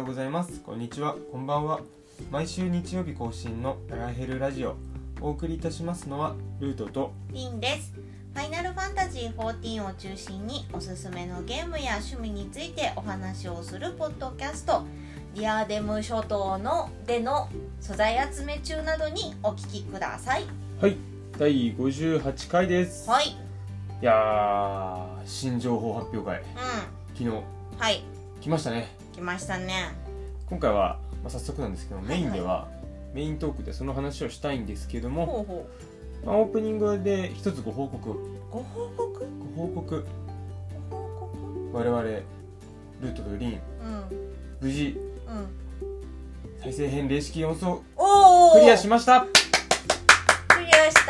うございます。こんにちは、こんばんは。毎週日曜日更新のララヘルラジオ、お送りいたしますのはルートとリンです。ファイナルファンタジー14を中心におすすめのゲームや趣味についてお話をするポッドキャスト、ディアデム諸島での素材集め中などにお聞きください。 はい、第58回です。 はい。 いやー、新情報発表会、昨日はい来ましたね。 来ましたね。 今回は、早速なんですけど、メインでは、メイントークでその話をしたいんですけども、 ほうほオープニングで一つご報告。 ご報告我々ルートとリン、無事、再生編霊式要素クリアしました。 クリアした。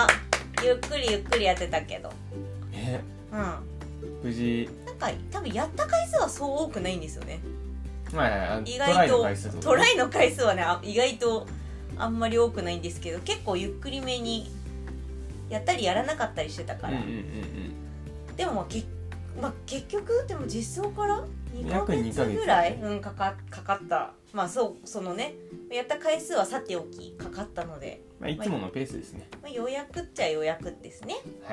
ゆっくりやってたけどね、無事なんか多分やった回数はそう多くないんですよね。意トライの回数とかね、 トライの回数はね、意外とあんまり多くないんですけど、結構ゆっくりめにやったりやらなかったりしてたから、でも結局でも実装から2ヶ月ぐらい、かかった。そのね、やった回数はさておきかかったので、 いつものペースですね。 ようやくっちゃようやくですね。 はい。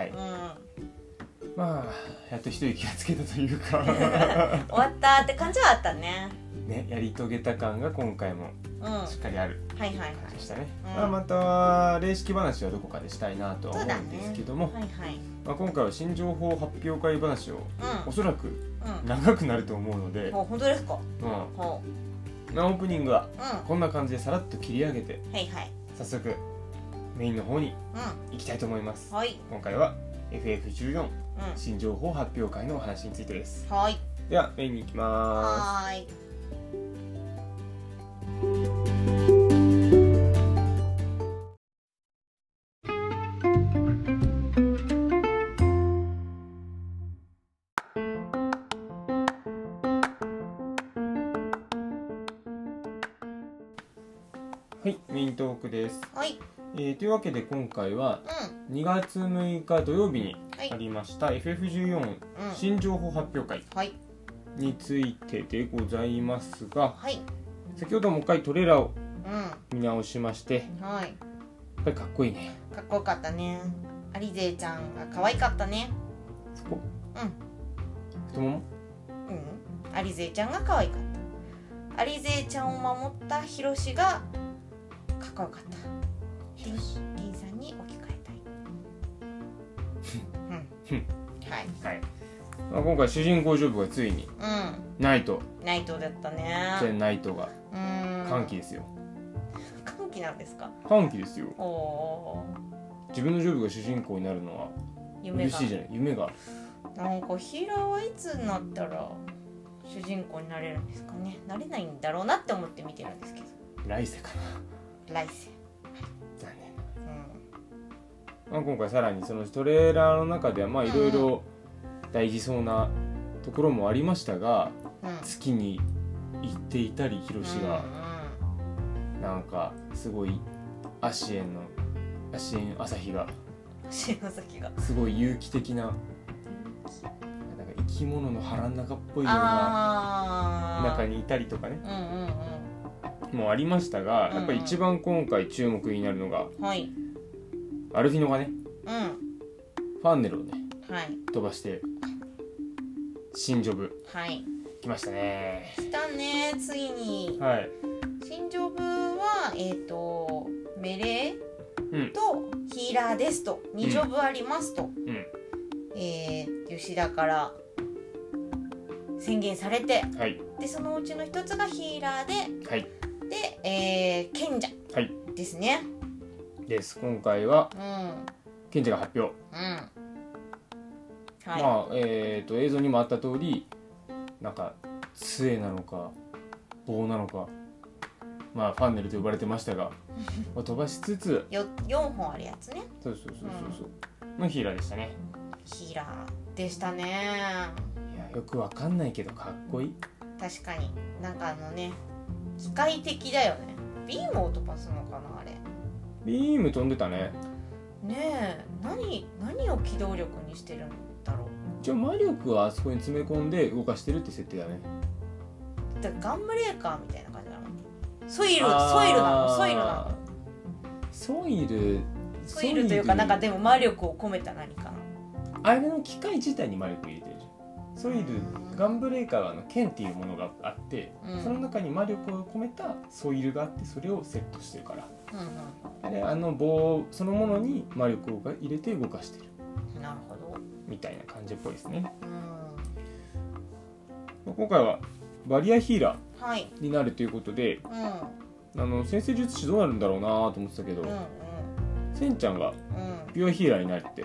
やっと一息がつけたというか終わったって感じはあったね。 ね、やり遂げた感が今回もしっかりある感じでしたね。また霊式話はどこかでしたいなとは思うんですけども、今回は新情報発表会話をおそらく長くなると思うので、 本当ですか？ オープニングはこんな感じでさらっと切り上げて、早速メインの方に行きたいと思います。今回は FF14 新情報発表会のお話についてです。ではメインに行きます。はい、メイントークです。というわけで今回は2月6日土曜日にありました FF14 新情報発表会についてでございますが、先ほどもう一回トレーラーを見直しまして、やっぱりかっこいいね。 かっこよかったね。アリゼちゃんが可愛かったね。 そこ？太もも？ アリゼちゃんが可愛かった。アリゼちゃんを守ったヒロシがかっこよかった。リンさんに置き換えたい。 今回主人公ジョブがついにナイトだったね。 全ナイトが歓喜ですよ。 歓喜なんですか？ 歓喜ですよ。自分のジョブが主人公になるのは嬉しいじゃない。夢が。 なんかヒーラーはいつになったら主人公になれるんですかね。なれないんだろうなって思って見てるんですけど。 来世かな。 来世。 残念。今回さらにそのトレーラーの中ではいろいろ大事そうなところもありましたが、月に行っていたりヒロシがなんかすごい朝日がすごい有機的な、なんか生き物の腹の中っぽいような中にいたりとかね、もありましたが、やっぱり一番今回注目になるのが、アルフィノがね、ファンネルをね、飛ばして新ジョブ来ましたね。 来たね、ついに。新ジョブはメレーとヒーラーですと2ジョブありますと、吉田から宣言されて、でそのうちの一つがヒーラーで、で、賢者ですね。 今回は賢者が発表。映像にもあった通り、なんか杖なのか棒なのか、ファンネルと呼ばれてましたが飛ばしつつ 4本あるやつね。そうのヒーラーでしたね。 ヒーラーでしたね。 いや、よくわかんないけどかっこいい。 確かに。なんか機械的だよね。ビームを飛ばすのかな、あれ。 ビーム飛んでたね。 ねえ、何を機動力にしてるんだろう。 一応魔力はあそこに詰め込んで動かしてるって設定だね。 だからガンブレーカーみたいな感じなの。ソイルなの。ソイルというかなんかでも魔力を込めた何かな。 あれの機械自体に魔力入れてるじゃん。ソイルガンブレーカーは剣っていうものがあって、その中に魔力を込めたソイルがあって、それをセットしてるから、あれ棒そのものに魔力を入れて動かしてる。 なるほど。 みたいな感じっぽいですね。今回はバリアヒーラーになるということで、先生術師どうなるんだろうなと思ってたけど、センちゃんがピュアヒーラーになるって、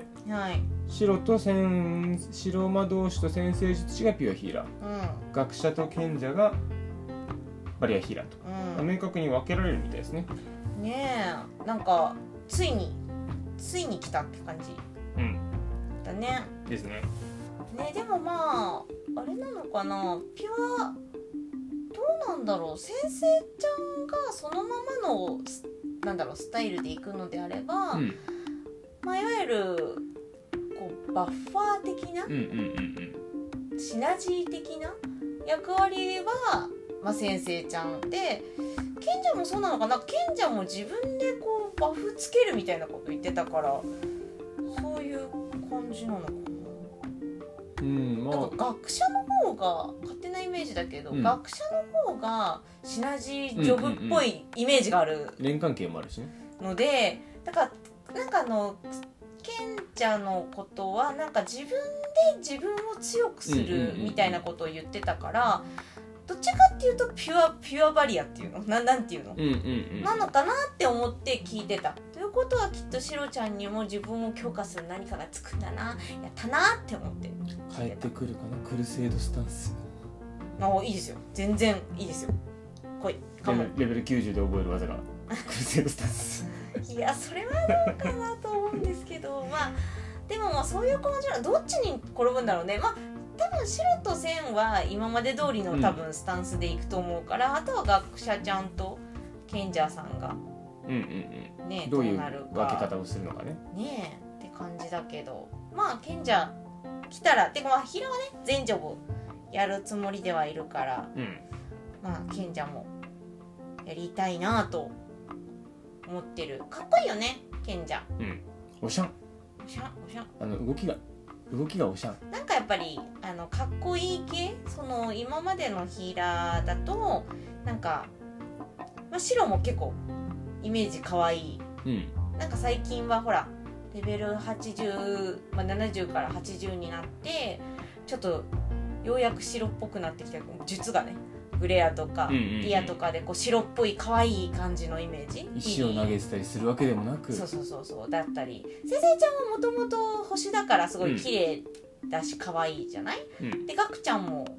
白魔導士と先生術師がピュアヒーラー、学者と賢者がバリアヒーラーと、明確に分けられるみたいですね。 ねえ、なんかついに来たって感じだね。 ですね。 でもまああれなのかな、ピュアどうなんだろう。先生ちゃんがそのままのスタイルでいくのであれば、まあ、いわゆるこうバッファー的な、シナジー的な役割は、まあ、先生ちゃんで、賢者もそうなのかな。賢者も自分でこうバフつけるみたいなこと言ってたから、そういう感じなのかな。だから学者の方が勝手なイメージだけど、学者の方がシナジージョブっぽいイメージがある、 連関係もあるしね。 ので、だからなんか賢者のことはなんか自分で自分を強くするみたいなことを言ってたから、どっちかっていうとピュアバリアっていうのなんていうの、なのかなって思って聞いてた。ということはきっとシロちゃんにも自分を強化する何かがつくんだな、やったなって思って帰ってくるかな、クルセイドスタンス。 いいですよ、全然いいですよ。来い、 レベル90で覚える技がクルセイドスタンスいや、それはどうかなと思うんですけど、まあでもまあそういう感じなの。どっちに転ぶんだろうね。まあ多分白と線は今まで通りの多分スタンスでいくと思うから、あとは学者ちゃんと賢者さんがね、 どういう分け方をするのかねって感じだけど、まあ賢者来たら、てかまあヒラはね全ジョブやるつもりではいるから、まあ賢者もやりたいなと思ってる。かっこいいよね賢者。 おしゃん動きがおしゃん。 なんかやっぱりかっこいい系、その今までのヒーラーだとなんか、まあ、白も結構イメージかわいい、なんか最近はほらレベル80、まあ、70から80になってちょっとようやく白っぽくなってきた術がね、グレアとかディアとかでこう白っぽい可愛い感じのイメージ、 石を投げてたりするわけでもなく、 そうだったり、先生ちゃんはもともと星だからすごい綺麗だし可愛いじゃない、でガクちゃんも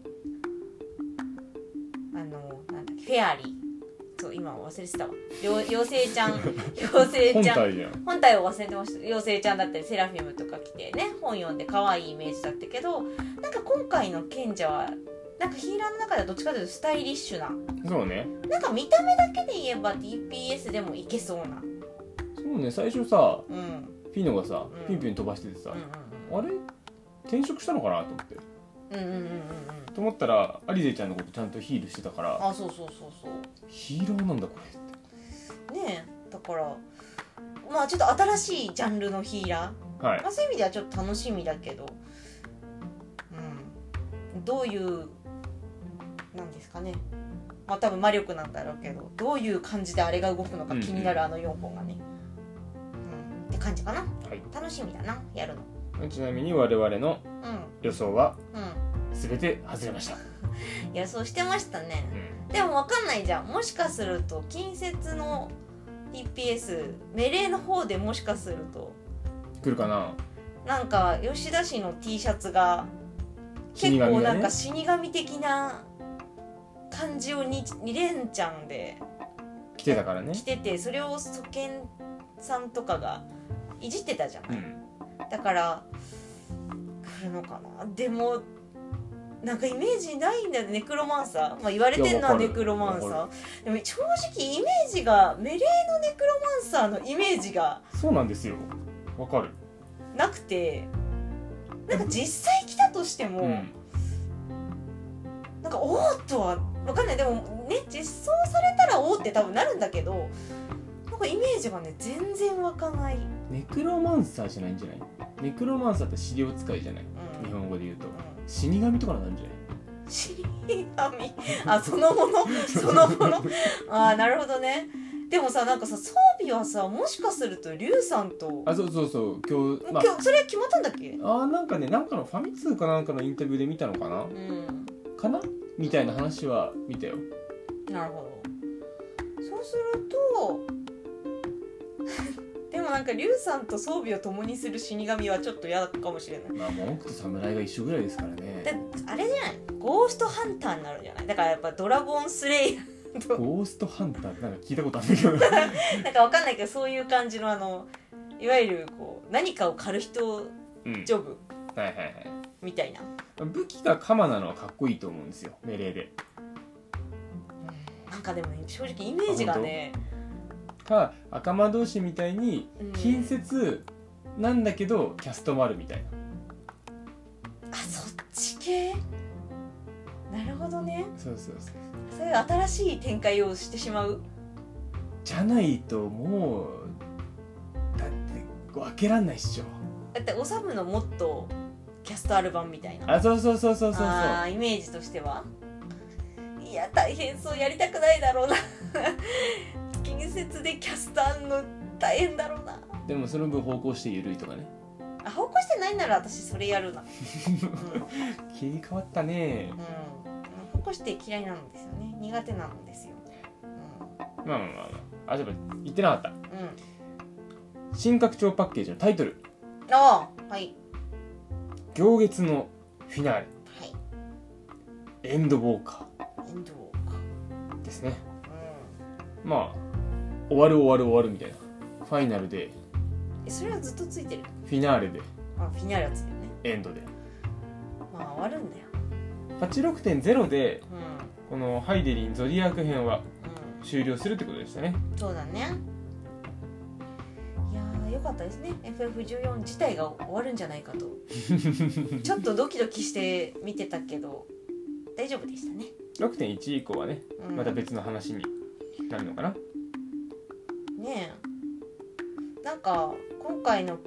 なんだっけ、フェアリー、そう今忘れてたわ、妖精ちゃん本体を忘れてました。妖精ちゃんだったりセラフィムとか来てね、本読んで可愛いイメージだったけど、なんか今回の賢者はなんかヒーラーの中ではどっちかというとスタイリッシュな、 そうね、 なんか見た目だけで言えば DPS でもいけそうな。 そうね、最初さ、ピノがさ、ピンピン飛ばしててさ、あれ転職したのかなと思って、と思ったらアリゼちゃんのことちゃんとヒールしてたから、 そうヒーラーなんだこれってね。えだからまあちょっと新しいジャンルのヒーラー、まあ、そういう意味ではちょっと楽しみだけど、どういうなんですかね、まあ多分魔力なんだろうけど、どういう感じであれが動くのか気になる、4本がね、って感じかな、楽しみだな、やるの。ちなみに我々の予想は全て外れました、 予想してましたね、でも分かんないじゃん、もしかすると近接の DPS メレーの方でもしかすると来るかな。 なんか吉田氏の T シャツが結構なんか死神的な感じを2連チャンで着てたからね、 着てて、それをソケンさんとかがいじってたじゃない、だから来るのかな。でもなんかイメージないんだよね、ネクロマンサー、まあ、言われてんのはネクロマンサーでも正直イメージがメレーのネクロマンサーのイメージがそうなんですよ、わかる、 なくて、なんか実際来たとしても、なんかおーっとは分かんない。でもね、実装されたらおーって多分なるんだけど、なんかイメージがね全然湧かない。 ネクロマンサーじゃないんじゃない？ネクロマンサーって資料使いじゃない、うん、日本語で言うと、うん、死神とかなんじゃない？ 死神あ、そのものそのものあ、なるほどね。でもさ、なんかさ、装備はさ、もしかするとリュウさんと、 あ、そうそうそう、今日、 今日それ決まったんだっけ？ なんかね、なんかのファミ通かなんかのインタビューで見たのかな、うん、かなみたいな話は見たよ。 なるほど。そうするとでもなんかリュウさんと装備を共にする死神はちょっと嫌かもしれない。 まあ文句と侍が一緒ぐらいですからね。 で、あれじゃない、ゴーストハンターになるんじゃない？だからやっぱドラゴンスレイヤーゴーストハンターってなんか聞いたことあるんだけどなんかわかんないけど、そういう感じのいわゆるこう何かを狩る人ジョブ、うん、はいはいはい、みたいな。 武器が鎌なのはかっこいいと思うんですよ、メレーで。 なんかでも正直イメージがね、 か赤魔同士みたいに近接なんだけどキャストもあるみたいな、 あ、そっち系。なるほどね。 そうそうそう、 そういう新しい展開をしてしまうじゃないともうだって分けらんないっしょ。 だっておサブのもっとキャストアルバムみたいな。 あ、そうそうそうそうそうそう、 あ、イメージとしては。いや大変そう、やりたくないだろうな近接でキャストあんの大変だろうな。 でもその分方向して緩いとかね。 あ、方向してないなら私それやるな、うん、 切り替わったね。 うん、方向して嫌いなんですよね、苦手なんですよ、 うん、まあまあまあまあ、あ、そういえば言ってなかった、うん、新拡張パッケージのタイトル。 ああ、はい。 行月のフィナーレ、はい、エンドウォーカー、エンドウォーカーですね、うん、まあ終わる終わる終わるみたいな、ファイナルで、 それはずっとついてる。 フィナーレで、 あ、フィナーレはついてるね、 エンドで、 まあ終わるんだよ。 パッチ 6.0 で、うん、このハイデリンゾディアーク編は終了するってことでしたね、 うん、そうだね。いやー、よかったですね。 FF14 自体が終わるんじゃないかとちょっとドキドキして見てたけど大丈夫でしたね。 6.1 以降はね、うん、また別の話になるのかな。 ねえ、なんか今回の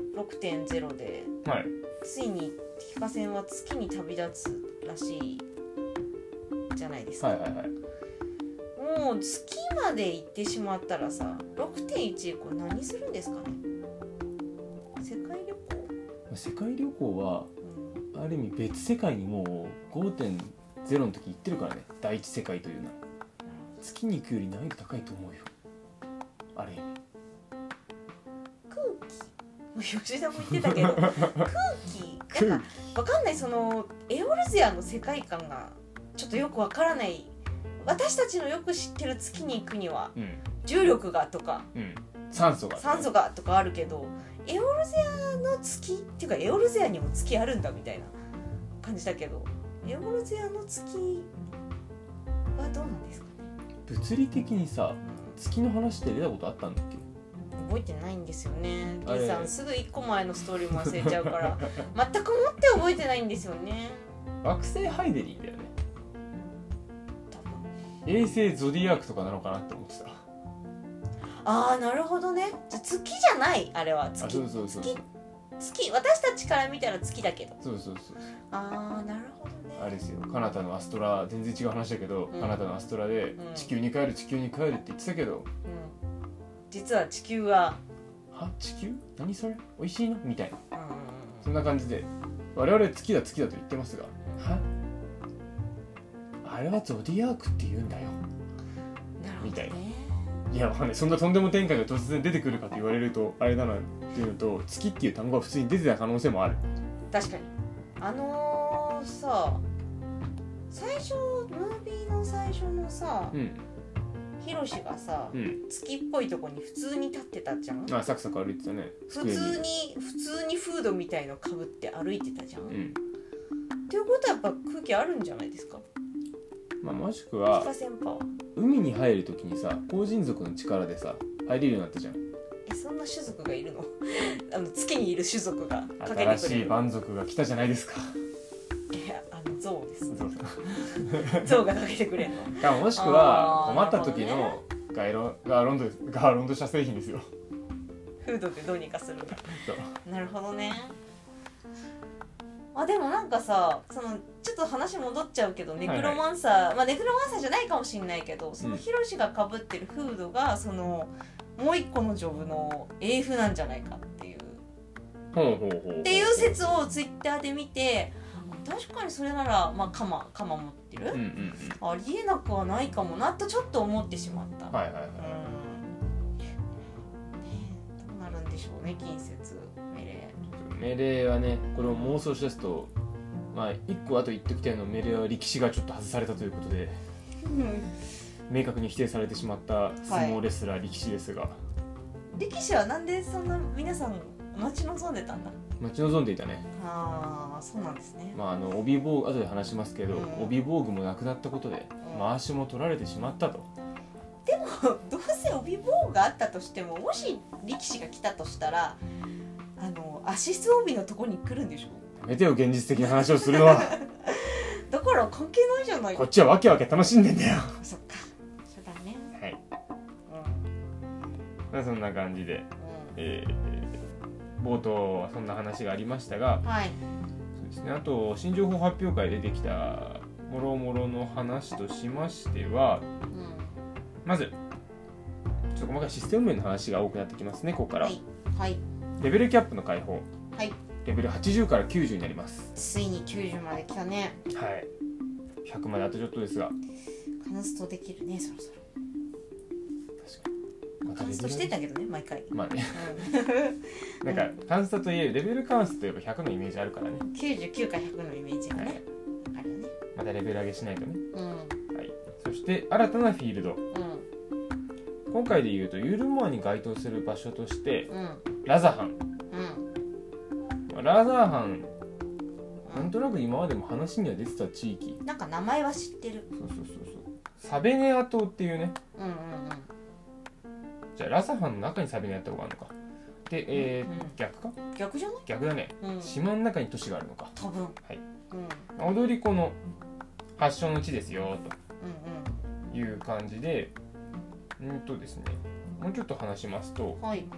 6.0 で、はい、ついに敵化戦は月に旅立つらしいじゃないですか、はいはいはい、もう月まで行ってしまったらさ、 6.1 これ何するんですかね。世界旅行、 世界旅行は、うん、ある意味別世界にもう 5.0 の時行ってるからね。第一世界というのは月に行くより難易度高いと思うよ、あれ。 吉田も言ってたけど空気なんか分かんない、そのエオルゼアの世界観がちょっとよく分からない。私たちのよく知ってる月に行くには、うん、重力がとか、うん、酸素がとかあるけど、エオルゼアの月っていうかエオルゼアにも月あるんだみたいな感じだけど、エオルゼアの月はどうなんですかね。 物理的にさ、月の話って出たことあったんだっけ。 覚えてないんですよね。リンさんすぐ1個前のストーリーも忘れちゃうから全くもって覚えてないんですよね。 惑星ハイデリンだよね。衛星ゾディアークとかなのかなって思ってた。 ああ、なるほどね。じゃ月じゃない、あれは月。そうそうそう、月、私たちから見たら月だけど。 そうそうそう。 ああ、なるほどね。 あれですよ、カナタのアストラ、全然違う話だけど、カナタのアストラで、地球に帰る地球に帰るって言ってたけど、 実は地球は地球何それ美味しいのみたいな、そんな感じで我々月だ月だと言ってますが、あれはゾディアークって言うんだよ、みたいな。いや、わかんない、そんなとんでも展開が突然出てくるかと言われるとあれだなっていうのと、月っていう単語が普通に出てた可能性もある。 確かにさ、最初ムービーの最初のさ、ヒロシがさ、月っぽいとこに普通に立ってたじゃん。 サクサク歩いてたね。 普通にフードみたいのかぶって歩いてたじゃん、っていうことはやっぱ空気あるんじゃないですか。 もしくは海に入るときにさ、光人族の力でさ入れるようになったじゃん。 そんな種族がいるの月にいる種族が新しい蛮族が来たじゃないですか。 ゾウですす象がかけてくれるの。 もしくは困った時のガーロンド社製品ですよ。 フードでどうにかするんだ。なるほどね。でもなんかさ、ちょっと話戻っちゃうけど、ネクロマンサー、ネクロマンサーじゃないかもしれないけど、そのヒロシが被ってるフードがもう一個のジョブの英風なんじゃないかっていう説をツイッターで見て、確かにそれならカマ持ってる、ありえなくはないかもなとちょっと思ってしまった。どうなるんでしょうね、近接命令はね、これを妄想しだすと、一個あと言っておきたいのは、命令は力士がちょっと外されたということで、明確に否定されてしまった相撲レスラー、力士ですが、 力士はなんでそんな皆さん待ち望んでたんだ。 待ち望んでいたね。 そうなんですね。 帯防具、後で話しますけど、帯防具もなくなったことで回しも取られてしまったと。 でもどうせ帯防具があったとしても、もし力士が来たとしたらアシス帯のとこに来るんでしょ。 やめてよ、現実的な話をするのは。 だから関係ないじゃないか。 こっちはわけわけ楽しんでんだよ。 そっか、そうだね。 はい。そんな感じで、冒頭はそんな話がありましたが、そうですね、あと新情報発表会で出てきたもろもろの話としましては、まずちょっと細かいシステム面の話が多くなってきますね、ここから。レベルキャップの解放、レベル80から90になります。 ついに90まで来たね。 100まであとちょっとですが、 カンストできるね、そろそろ。 確かにカンストしてたけどね、毎回。 なんかカンストといえレベルカンストといえば100のイメージあるからね。 99か100のイメージがね、あるよね。 またレベル上げしないとね。そして新たなフィールド、今回でいうとユールモアに該当する場所として、ラザハン、ラザーハン、なんとなく今までも話には出てた地域、 なんか名前は知ってる。 サベネア島っていうね、じゃあラザハンの中にサベネア島があるのかで、逆か、 逆じゃない？ 逆だね、島の中に都市があるのか多分。 踊り子の発祥の地ですよという感じで、ですね、もうちょっと話しますと、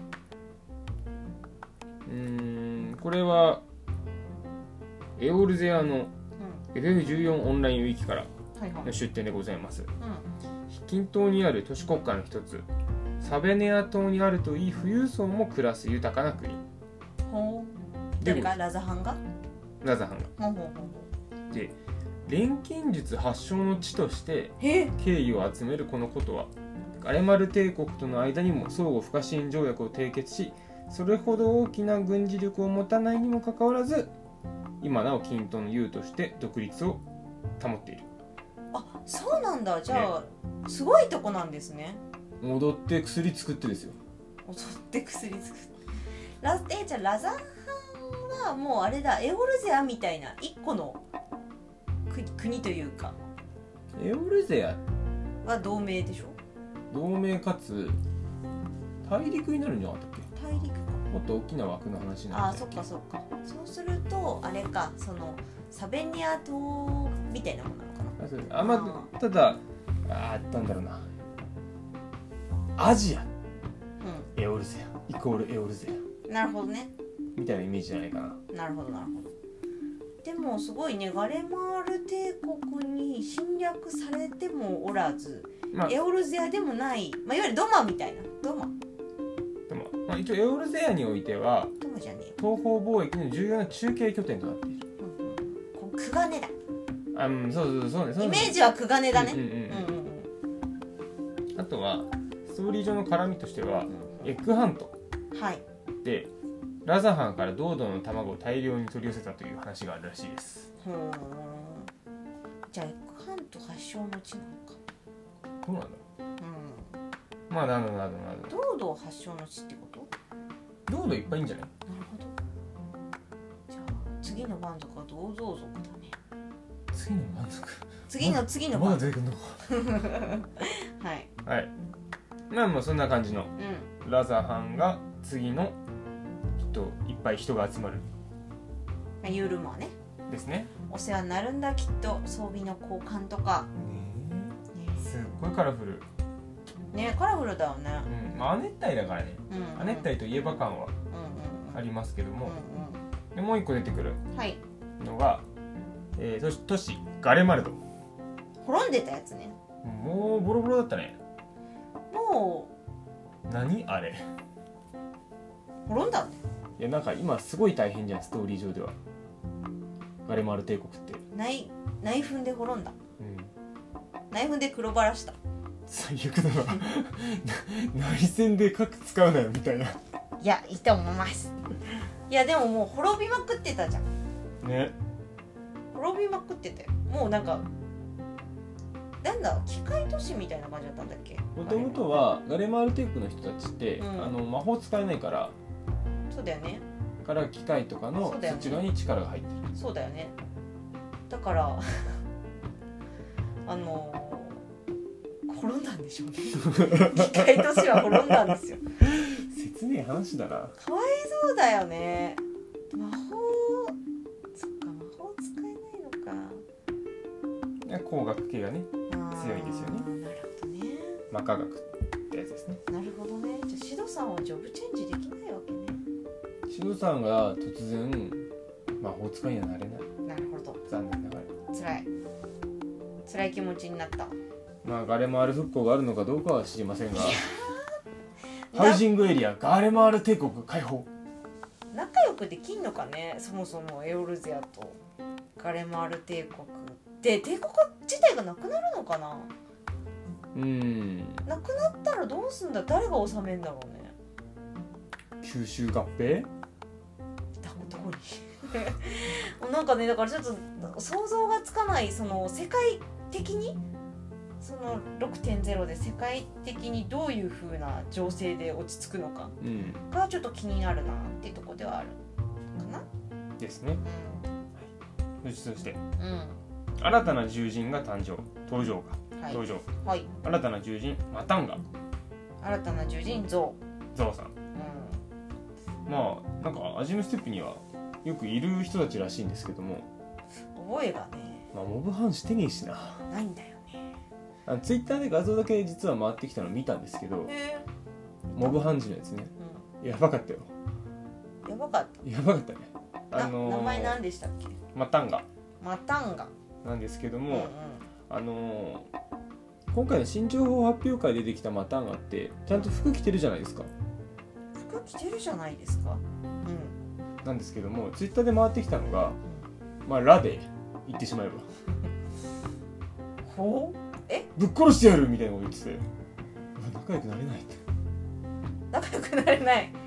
これはエオルゼアの FF14 オンラインウィキからの出展でございます。近東にある都市国家の一つ、サベネア島にあるといい富裕層も暮らす豊かな国。 誰が？ラザハンが？ ラザハンが。で、錬金術発祥の地として敬意を集めるこのことは、ガレマル帝国との間にも相互不可侵条約を締結し、それほど大きな軍事力を持たないにもかかわらず、今なお近東の雄として独立を保っている。 そうなんだ。じゃあ、すごいとこなんですね。 踊って薬作ってですよ。 踊って薬作って。じゃあラザハンはもうあれだ、エオルゼアみたいな一個の国というか。 エオルゼアは同盟でしょ。 同盟かつ大陸になるんじゃなかったっけ？ 大陸か。 もっと大きな枠の話なんだっけ？ そっか。そうするとあれか、サベニア島みたいなものなのかな。 ただなんだろうな、アジア、エオルゼアイコールエオルゼア。なるほどね。 みたいなイメージじゃないかな。 なるほど。でもすごいね、ガレマール帝国に侵略されてもおらず、エオルゼアでもない、いわゆるドマみたいな。ドマ、 一応エオルゼアにおいてはドマじゃねえよ、 東方貿易の重要な中継拠点となっている。 クガネだ。 そうね。 イメージはクガネだね。 あとはストーリー上の絡みとしては、エッグハントでラザハンからドードの卵を大量に取り寄せたという話があるらしいです。 じゃあエッグハント発祥の地なのか。 どうなんだろう。なるほど。 ドード発祥の地ってこと？ ドードいっぱいいんじゃない？ なるほど。じゃあ次の番族は銅像族だね。 次の番族？ 次の番族。 まだ出てくるのか。はい。そんな感じの、ラザハンが次のいっぱい人が集まる。 ユールモアね。 ですね。 お世話になるんだきっと、装備の交換とかね。すっごいカラフルね。カラフルだよね。 まあ亜熱帯だからね、亜熱帯といえば感はありますけども、でもう一個出てくるのが、都市ガレマルド。 滅んでたやつね。 もうボロボロだったね。 もう何あれ滅んだんだよ。 いやなんか今すごい大変じゃん、ストーリー上では。ガレマル帝国って内紛で滅んだ、内紛で黒バラした。 最悪だな内戦で核使うなよみたいな。 いや、いいと思います。いやでももう滅びまくってたじゃんね。 滅びまくってたよ。もうなんかなんだ、機械都市みたいな感じだったんだっけ。 もともとはガレマール帝国の人たちって、魔法使えないから。 そうだよね。 から機械とかのそっち側に力が入ってる。 そうだよね。だから滅んだんでしょうね機械都市は滅んだんですよ。 切ねえ話だな。 かわいそうだよね。魔法、そっか、魔法使えないのか。 工学系がね強いんですよね。 なるほどね。 魔科学ってやつですね。 なるほどね。じゃあシドさんはジョブチェンジできないわけね。 シドさんが突然魔法使いにはなれない。 なるほど。 残念ながら。 辛い気持ちになった。 まあガレマール復興があるのかどうかは知りませんが、ハウジングエリアガレマール帝国開放。 仲良くできんのかね。そもそもエオルゼアとガレマール帝国で帝国自体がなくなるのかな。なくなったらどうすんだ。誰が治めんだろうね。 吸収合併どこになんかね、だからちょっと想像がつかない。その世界的にその 6.0 で世界的にどういう風な情勢で落ち着くのかがちょっと気になるなっていうところではあるかな。 ですね。そして、新たな獣人が登場。新たな獣人マタンガ。 新たな獣人ゾウさん。まあなんかアジムステップにはよくいる人たちらしいんですけども、 覚えがね、 まあモブハンしてねえしな。 ないんだよね。 ツイッターで画像だけ実は回ってきたの見たんですけど、モブハンジのやつね、やばかったよ。 やばかったね。 名前何でしたっけ。 マタンガなんですけども、今回の新情報発表会で出てきたマタンガってちゃんと服着てるじゃないですか。 服着てるじゃないですか。 なんですけども、ツイッターで回ってきたのが、まあラで言ってしまえばぶっ殺してやるみたいなこと言ってて、仲良くなれないって。 仲良くなれ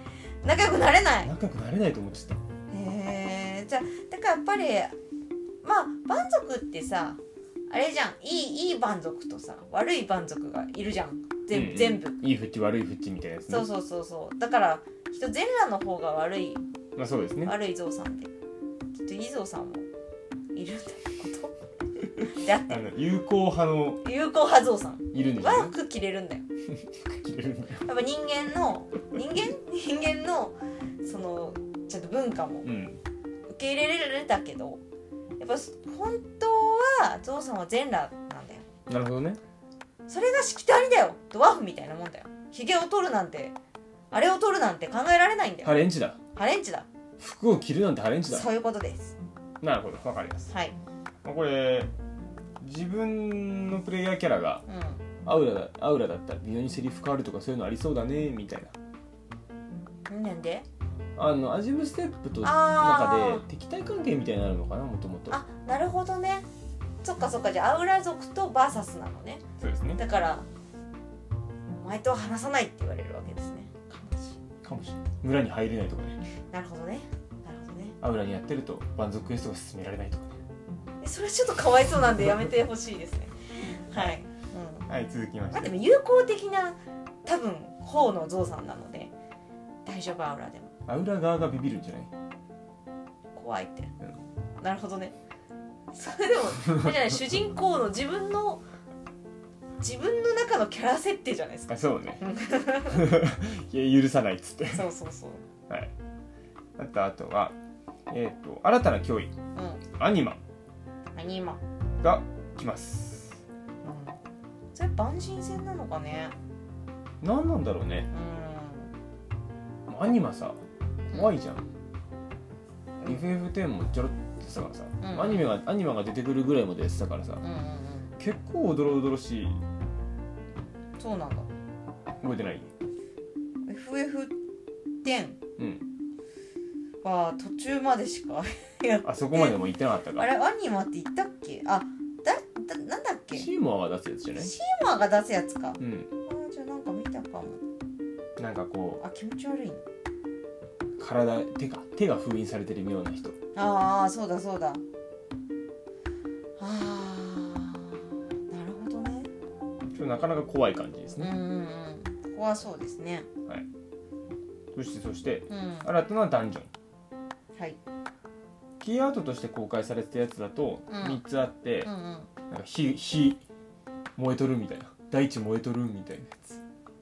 ないと思ってた。 じゃあだからやっぱりまあ蛮族ってさ、あれじゃん、いい蛮族とさ悪い蛮族がいるじゃん。全部いいフッチ悪いフッチみたいなやつね。 そうだからきっと全裸の方が悪い。 まあそうですね。 悪いゾウさんできっといいゾウさんもいるんだことであって有効派ゾウさんいるんでしょうね。 服着れるんだよ。やっぱ人間のそのちゃんと文化も受け入れられたけど、やっぱ本当はゾウさんは全裸なんだよ。 なるほどね。 それがしきたりだよ。ドワーフみたいなもんだよ。ヒゲを取るなんて、あれを取るなんて考えられないんだよ。 ハレンチだ。 服を着るなんてハレンチだ。 そういうことです。 なるほど、わかります。 はい。 これ自分のプレイヤーキャラが、アウラだったら微妙にセリフ変わるとかそういうのありそうだねみたいな。 なんで？ アジムステップと中で敵対関係みたいになるのかな、もともと。 なるほどね。そっかじゃあアウラ族とバーサスなのね。 そうですね。 だからお前とは話さないって言われるわけですね。 かもしれない。村に入れないとかね。 なるほどね。 アウラにやってると蛮族クエストが進められないとかね。 それちょっとかわいそうなんでやめてほしいですね。はい、 はい、続きまして。 でも友好的な多分方のゾウさんなので大丈夫。アウラでもアウラ側がビビるんじゃない？ 怖いって、なるほどね。それでもあれじゃない、主人公の自分の中のキャラ設定じゃないですか。 そうねいや許さないっつってそうはい。あとは新たな脅威、 アニマが来ます、 それ万神戦なのかね。 何なんだろうね。アニマさ怖いじゃん、FF10 もちょろっとしたからさ、アニマが出てくるぐらいまでやってたからさ、結構おどろおどろしい。 そうなんだ。 覚えてない？ FF10 は途中までしかあそこまでも行ってなかったか。 あれアニマって言ったっけ？なんだっけ？ シーモアが出すやつじゃない？ シーモアが出すやつか。じゃあなんか見たかも。 なんかこう気持ち悪いの。 手が封印されてるような人。 そうだなるほどね。 ちょっとなかなか怖い感じですね。 怖そうですね。 はい。そして、新たなダンジョン。 はい。 キーアートとして公開されてたやつだと3つあって、なんか火燃えとるみたいな、大地燃えとるみたいなやつ。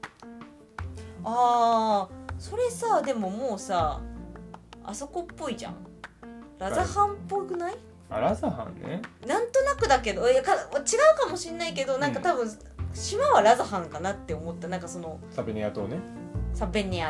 それさ、でももうさあそこっぽいじゃん。ラザハンっぽくない？ ラザハンね。 なんとなくだけど違うかもしんないけど、なんか多分、島はラザハンかなって思った。なんかそのサベネア島ね。 そう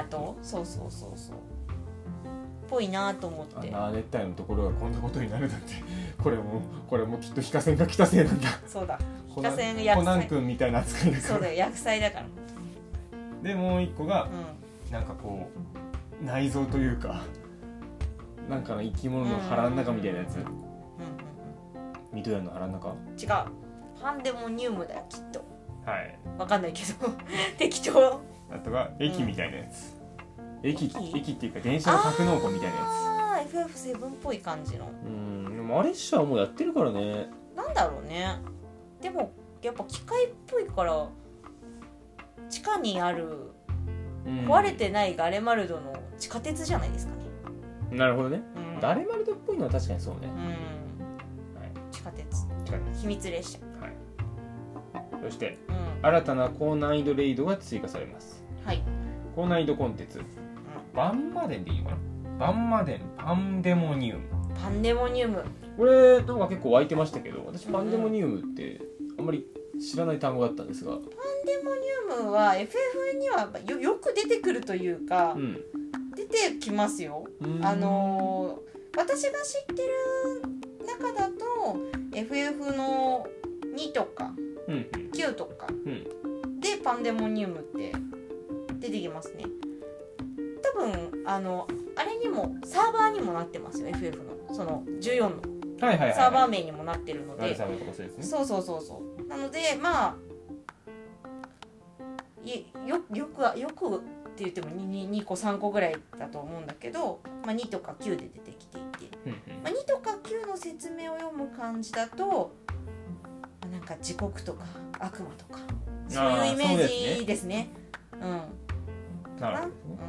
ぽいなと思って。 熱帯のところがこんなことになるなんてこれもきっとヒカセンが来たせいなんだ。 そうだ、ヒカセン薬剤コナン君みたいな扱いだから。 そうだよ、薬剤だから。 でもう一個が、なんかこう内臓というかなんかの生き物の腹の中みたいなやつ。ミドヤの腹の中？ 違う、パンデモニウムだよきっと。 はい、 わかんないけど適当。 あとは駅みたいなやつ、駅っていうか電車の格納庫みたいなやつ。 FF7 っぽい感じの。 でもアレッシャーもやってるからね。 なんだろうね。でもやっぱ機械っぽいから地下にある壊れてないガレマルドの地下鉄じゃないですかね。 なるほどね、ガレマルドっぽいのは確かにそうね。 地下鉄秘密列車。 そして、新たな高難易度レイドが追加されます。高難易度コンテンツ、バンマデンでいいのかな。パンデモニウム。これなんか結構湧いてましたけど、私パンデモニウムってあんまり知らない単語だったんですが、パンデモニウムは FF にはよく出てくるというか、出てきますよ。私が知ってる中だと FF の2とか、9とか、でパンデモニウムって出てきますね。多分あれにもサーバーにもなってますよ。 FF のその14のサーバー名にもなってるので、そうなのでよくって言っても 2個3個ぐらいだと思うんだけど、2とか9で出てきていて、2とか9の説明を読む感じだとなんか地獄とか悪魔とかそういうイメージですね。 なるほど。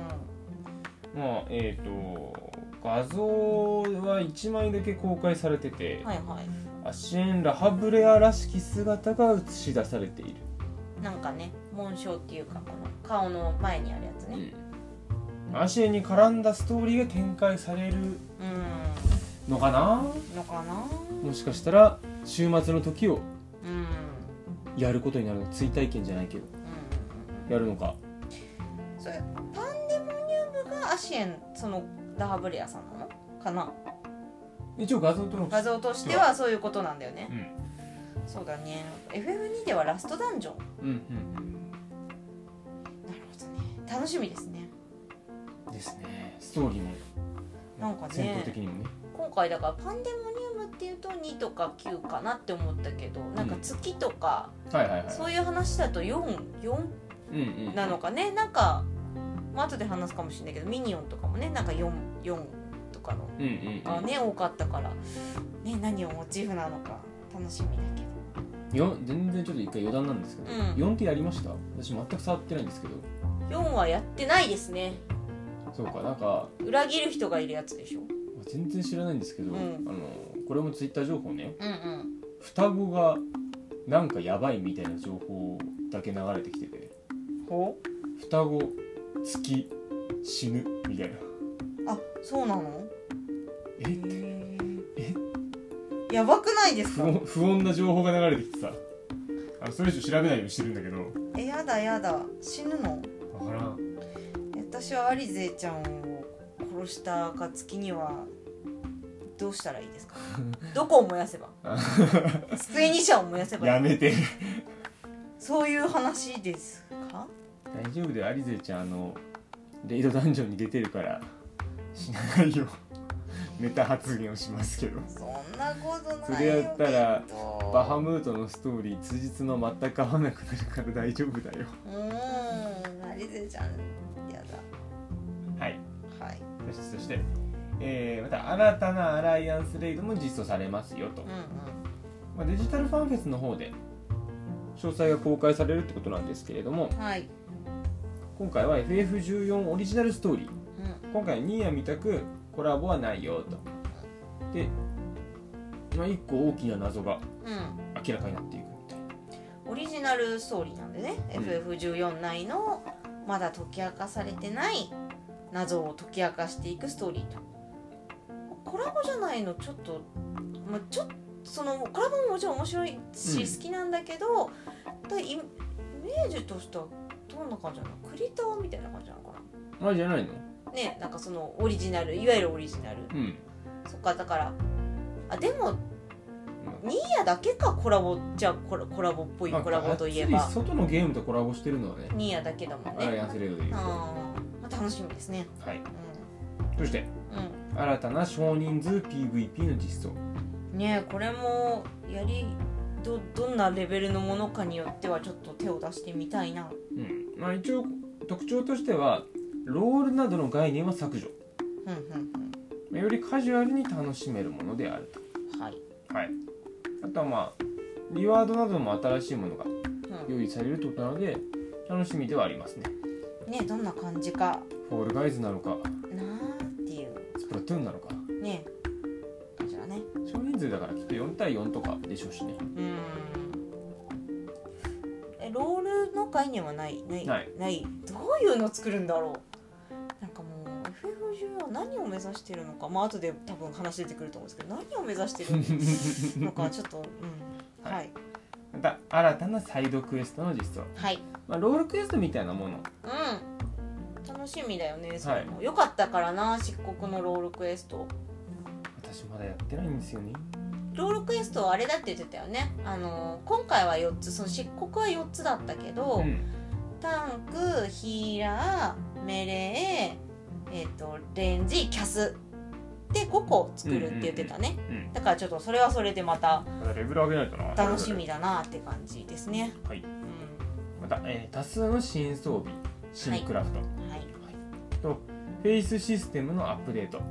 画像は1枚だけ公開されてて、アシエン・ラハブレアらしき姿が映し出されている。 なんかね、紋章っていうかこの顔の前にあるやつね。 アシエンに絡んだストーリーが展開されるのかな。もしかしたら週末の時をやることになるの。追体験じゃないけど、やるのか。 それパンデモニウムがアシエン、そのラハブレアさんなのかな。 一応画像としてはそういうことなんだよね。そうだね。 FF2 ではラストダンジョン。なるほどね。楽しみですね。 ストーリーもなんかね、 戦闘的にもね。 今回だからパンデモニウムっていうと2とか9かなって思ったけど、なんか月とか、そういう話だと4なのかね。なんか、後で話すかもしれないけど、ミニオンとかもね、なんか4とかのがね、多かったからね、何をモチーフなのか楽しみだけど。 全然ちょっと一回余談なんですけど、4ってやりました？私全く触ってないんですけど。 4はやってないですね。 そうか、なんか裏切る人がいるやつでしょ。 全然知らないんですけど、これもツイッター情報ね、双子がなんかやばいみたいな情報だけ流れてきてて、双子月死ぬみたいな。 そうなの？ やばくないですか？ 不穏な情報が流れてきてさ、それ以上調べないようにしてるんだけど。 やだやだ、死ぬの？ わからん。 私はアリゼちゃんを殺した暁にはどうしたらいいですか？どこを燃やせば？机2社を燃やせばいい？ やめて。 そういう話ですか？ 大丈夫で、アリゼちゃんレイドダンジョンに出てるからしないよ。メタ発言をしますけど。 そんなことないよ。 それやったらバハムートのストーリー通じつの全く合わなくなるから大丈夫だよ。 アリゼちゃんやだ。 はいはい。 そして、また新たなアライアンスレイドも実装されますよと。デジタルファンフェスの方で詳細が公開されるってことなんですけれども、 はい、 今回は FF14 オリジナルストーリー、今回ニーヤみたくコラボはないよと。で、一個大きな謎が明らかになっていくみたいな、オリジナルストーリーなんでね、FF14 内のまだ解き明かされてない謎を解き明かしていくストーリーと。コラボじゃないのちょっと、ちょっとそのコラボももちろん面白いし好きなんだけど、イメージとしてはどんな感じなの？クリタワみたいな感じなのかな。じゃないのね。なんかそのオリジナル、いわゆるオリジナル、そっか。だからでも、ニーヤだけかコラボ、じゃあコラボっぽいコラボといえば外のゲームとコラボしてるのはね、 ニーヤだけだもんね。 アライアンスレイドでいうと楽しみですね。 はい、そして、新たな少人数 PVP の実装ね。これもどんなレベルのものかによってはちょっと手を出してみたいな。 一応特徴としてはロールなどの概念は削除、よりカジュアルに楽しめるものであると。はい、あとはリワードなども新しいものが用意されるということなので楽しみではありますね。 どんな感じか。 フォールガイズなのかなんていう、 スプラトゥーンなのかね、感じだね。 少人数だからきっと4対4とかでしょうしね。 ロールの概念はない。どういうの作るんだろう。なんかもう FF10 は何を目指してるのか、後で多分話出てくると思うんですけど、何を目指してるのかちょっとはい。 また新たなサイドクエストの実装。はい。ロールクエストみたいなもの。 楽しみだよね。それもよかったからな、漆黒のロールクエスト。 私まだやってないんですよね。 ロールクエストはあれだって言ってたよね。今回は4つ、その漆黒は4つだったけど、タンク、ヒーラー、メレー、レンジ、キャスで5個作るって言ってたね。だからちょっとそれはそれでまたレベル上げないとな。 楽しみだなって感じですね。 はい。また、多数の新装備、新クラフト、とフェイスシステムのアップデート。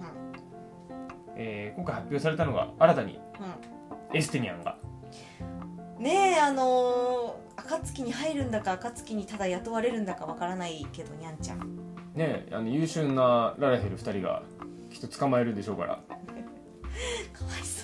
今回発表されたのが新たに、エステニアンがねえ、暁に入るんだか暁にただ雇われるんだかわからないけど、にゃんちゃんねえ、優秀なララヘル2人がきっと捕まえるんでしょうから。かわいそう。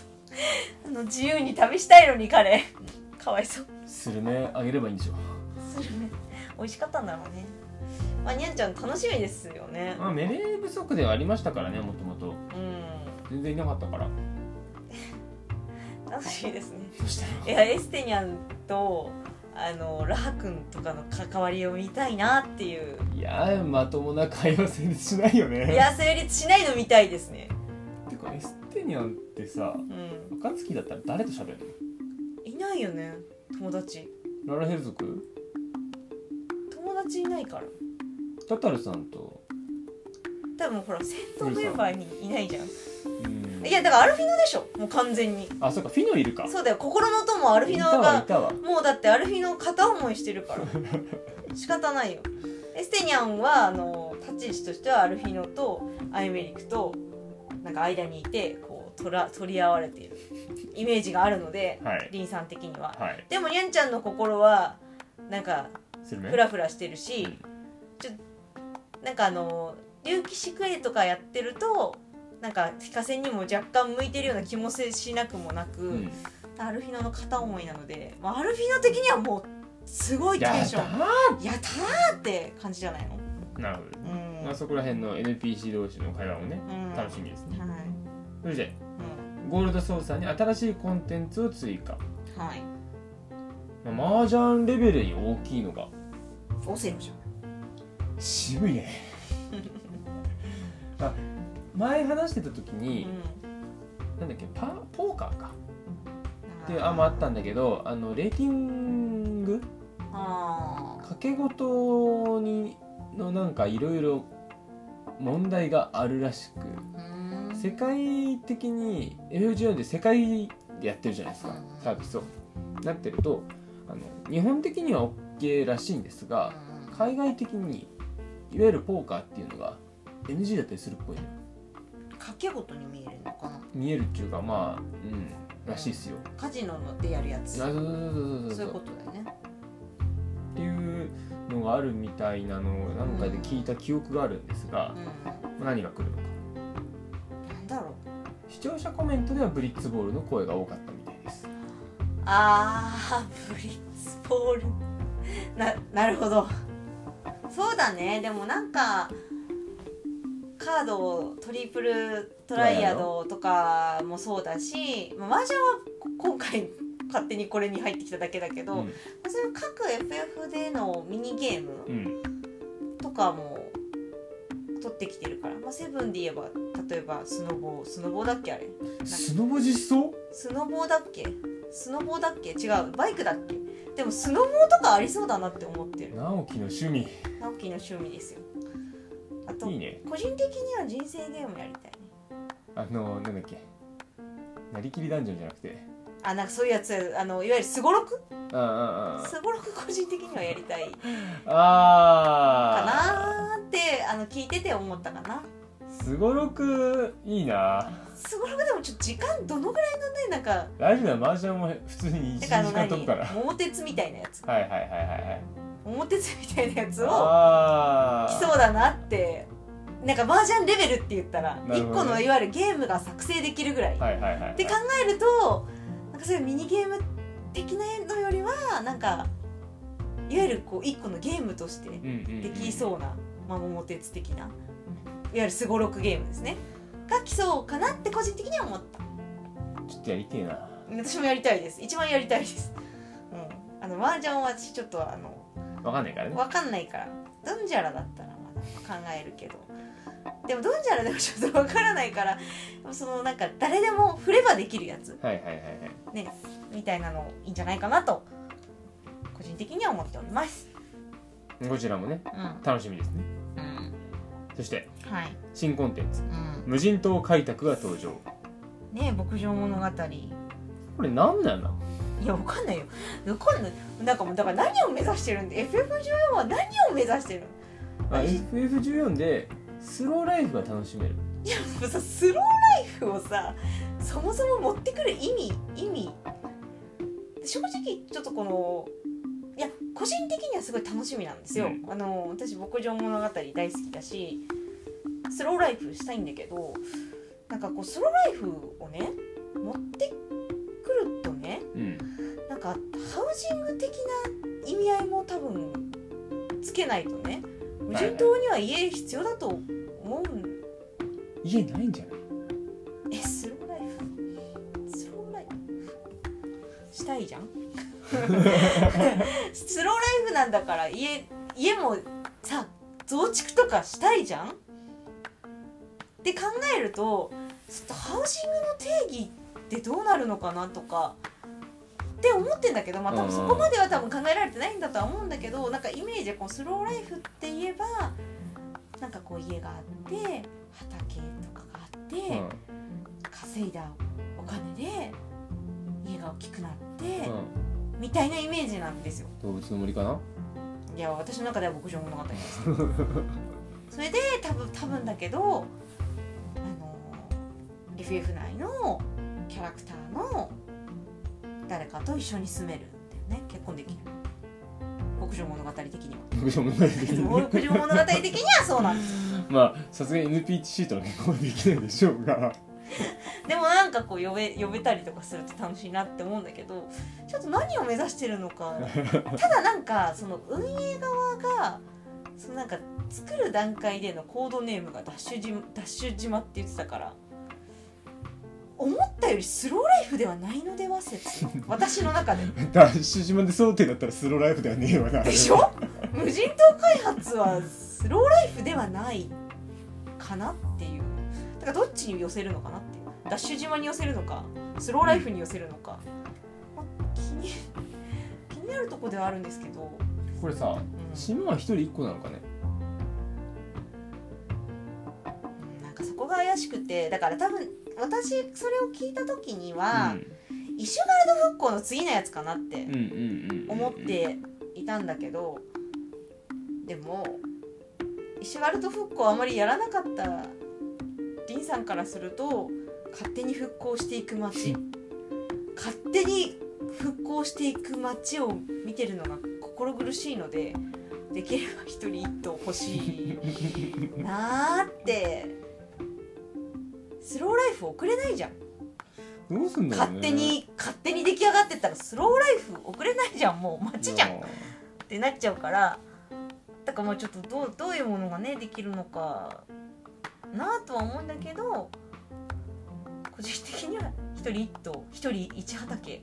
自由に旅したいのに彼かわいそう。 スルメあげればいいんでしょう。スルメ美味しかったんだろうね。にゃんちゃん楽しみですよね。 メレー不足ではありましたからね、もともと。全然いなかったから楽しみですね。 どうしたの？ いや、エステニャンとラハ君とかの関わりを見たいなっていう。 いや、まともな会話成立しないよね。 いや、成立しないの見たいですね。 てかエステニャンってさ、暁だったら誰と喋るの？ いないよね、友達。 ララヘル族？ 友達いないから。 タタルさんと多分ほら戦闘メンバーにいないじゃん。いやだからアルフィノでしょ、もう完全に。 あ、そうか、フィノいるか。 そうだよ、心の友アルフィノがもうだってアルフィノ片思いしてるから仕方ないよ。エステニャンは立ち位置としてはアルフィノとアイメリクとなんか間にいてこう取り合われているイメージがあるので、リンさん的には、でもニャンちゃんの心はなんかフラフラしてるし、なんか竜騎士クエとかやってるとなんか非化戦にも若干向いてるような気もしなくもなく、アルフィノの片思いなので、アルフィノ的にはもうすごいテンションやったーって感じじゃないの。 なるほど、そこら辺の NPC 同士の会話もね、楽しみですね。そして、 ゴールド操作に新しいコンテンツを追加。 はい。 麻雀レベルに大きいのがオセロじゃん。 渋いねあ、前話してた時に、なんだっけ、ポーカーかってあったんだけど、レーティング掛け事にのなんかいろいろ問題があるらしく、世界的に FF14 で世界でやってるじゃないですか、サービスをなってると日本的には OK らしいんですが、海外的にいわゆるポーカーっていうのが NG だったりするっぽいね。 掛け事に見えるのかな。 見えるっていうか、らしいですよ。 カジノでやるやつ。そういうことだよね。 っていうのがあるみたいなのを何かで聞いた記憶があるんですが、何が来るのか。 なんだろう。 視聴者コメントではブリッツボールの声が多かったみたいです。 ブリッツボールなるほど。そうだね。でもなんかカードトリプルトライアドとかもそうだし、麻雀は今回勝手にこれに入ってきただけだけど、そういう各 FF でのミニゲームとかも取ってきてるから、セブンで言えば例えばスノボーだっけ、あれスノボ実装スノボーだっけ違う、バイクだっけ。でもスノボーとかありそうだなって思ってる。 直樹の趣味ですよ。あといいね。 個人的には人生ゲームやりたいね。 なんだっけ、なりきりダンジョンじゃなくて、 なんかそういうやつ、いわゆるスゴロクスゴロク個人的にはやりたいかなーって聞いてて思ったかな。 スゴロクいいな。 スゴロクでもちょっと時間どのぐらいのね、なんか大丈夫だよ、麻雀も普通に1時間飛ぶから。 桃鉄みたいなやつ、 はい桃鉄みたいなやつを来そうだなって。なんか麻雀レベルって言ったら1個のいわゆるゲームが作成できるぐらいって考えると、なんかそういうミニゲーム的なのよりはなんかいわゆるこう1個のゲームとしてできそうな、桃鉄的な、いわゆるスゴロクゲームですねが来そうかなって個人的には思った。 ちょっとやりてえな。 私もやりたいです。一番やりたいです。麻雀は私ちょっと分かんないからね。 分かんないから、ドンジャラだったらまだ考えるけど、でもドンジャラでもちょっと分からないから、そのなんか誰でも振ればできるやつ、ね、みたいなのいいんじゃないかなと個人的には思っております。 こちらもね、楽しみですね。そして、新コンテンツ、無人島開拓が登場。 ね、牧場物語。 これ何なの？ いや、わかんないよ。なんかもうだから何を目指してるんで、FF14 は何を目指してるの ？FF14 でスローライフが楽しめる。 いや、もうさ、スローライフをさ、そもそも持ってくる意味正直ちょっといや、個人的にはすごい楽しみなんですよ。私牧場物語大好きだし、スローライフしたいんだけど、なんかスローライフをね持ってくるとね、なんかハウジング的な意味合いも多分つけないとね、無人島には家必要だと思う。 家ないんじゃない？ スローライフしたいじゃんスローライフなんだから家もさ、増築とかしたいじゃんって考えると、ちょっとハウジングの定義ってどうなるのかなとかって思ってんだけど、多分そこまでは多分考えられてないんだとは思うんだけど、なんかイメージでスローライフって言えばなんか家があって畑とかがあって、稼いだお金で家が大きくなって、みたいなイメージなんですよ。 動物の森かな？ いや、私の中では牧場物語ですそれで多分だけどFF 内のキャラクターの誰かと一緒に住めるんだよね。結婚できる。牧場物語的には。牧場物語的にはそうなんですよ。 さすがに NPC とは結婚できないでしょうがでもなんか呼べたりとかすると楽しいなって思うんだけど、ちょっと何を目指してるのかただなんかその運営側がなんか作る段階でのコードネームがダッシュ島って言ってたから、思ったったよりスローライフではないのでは説私の中でダッシュ島で想定だったらスローライフではねえわなでしょ無人島開発はスローライフではないかなっていう。だからどっちに寄せるのかなっていう。ダッシュ島に寄せるのかスローライフに寄せるのか、まあ、気になるとこではあるんですけど、 これさ、島は一人一個なのかね。 なんかそこが怪しくて、だから多分私それを聞いた時には、イシュガルド復興の次のやつかなって思っていたんだけど、でもイシュガルド復興あまりやらなかったリンさんからすると、勝手に復興していく街勝手に復興していく街を見てるのが心苦しいので、できれば一人一頭欲しいなーって。スローライフ送れないじゃん。 どうすんだろうね。 勝手に出来上がってったらスローライフ送れないじゃん、もう街じゃんってなっちゃうから、だからもうちょっとどういうものがねできるのかなとは思うんだけど、個人的には一人一頭一人一畑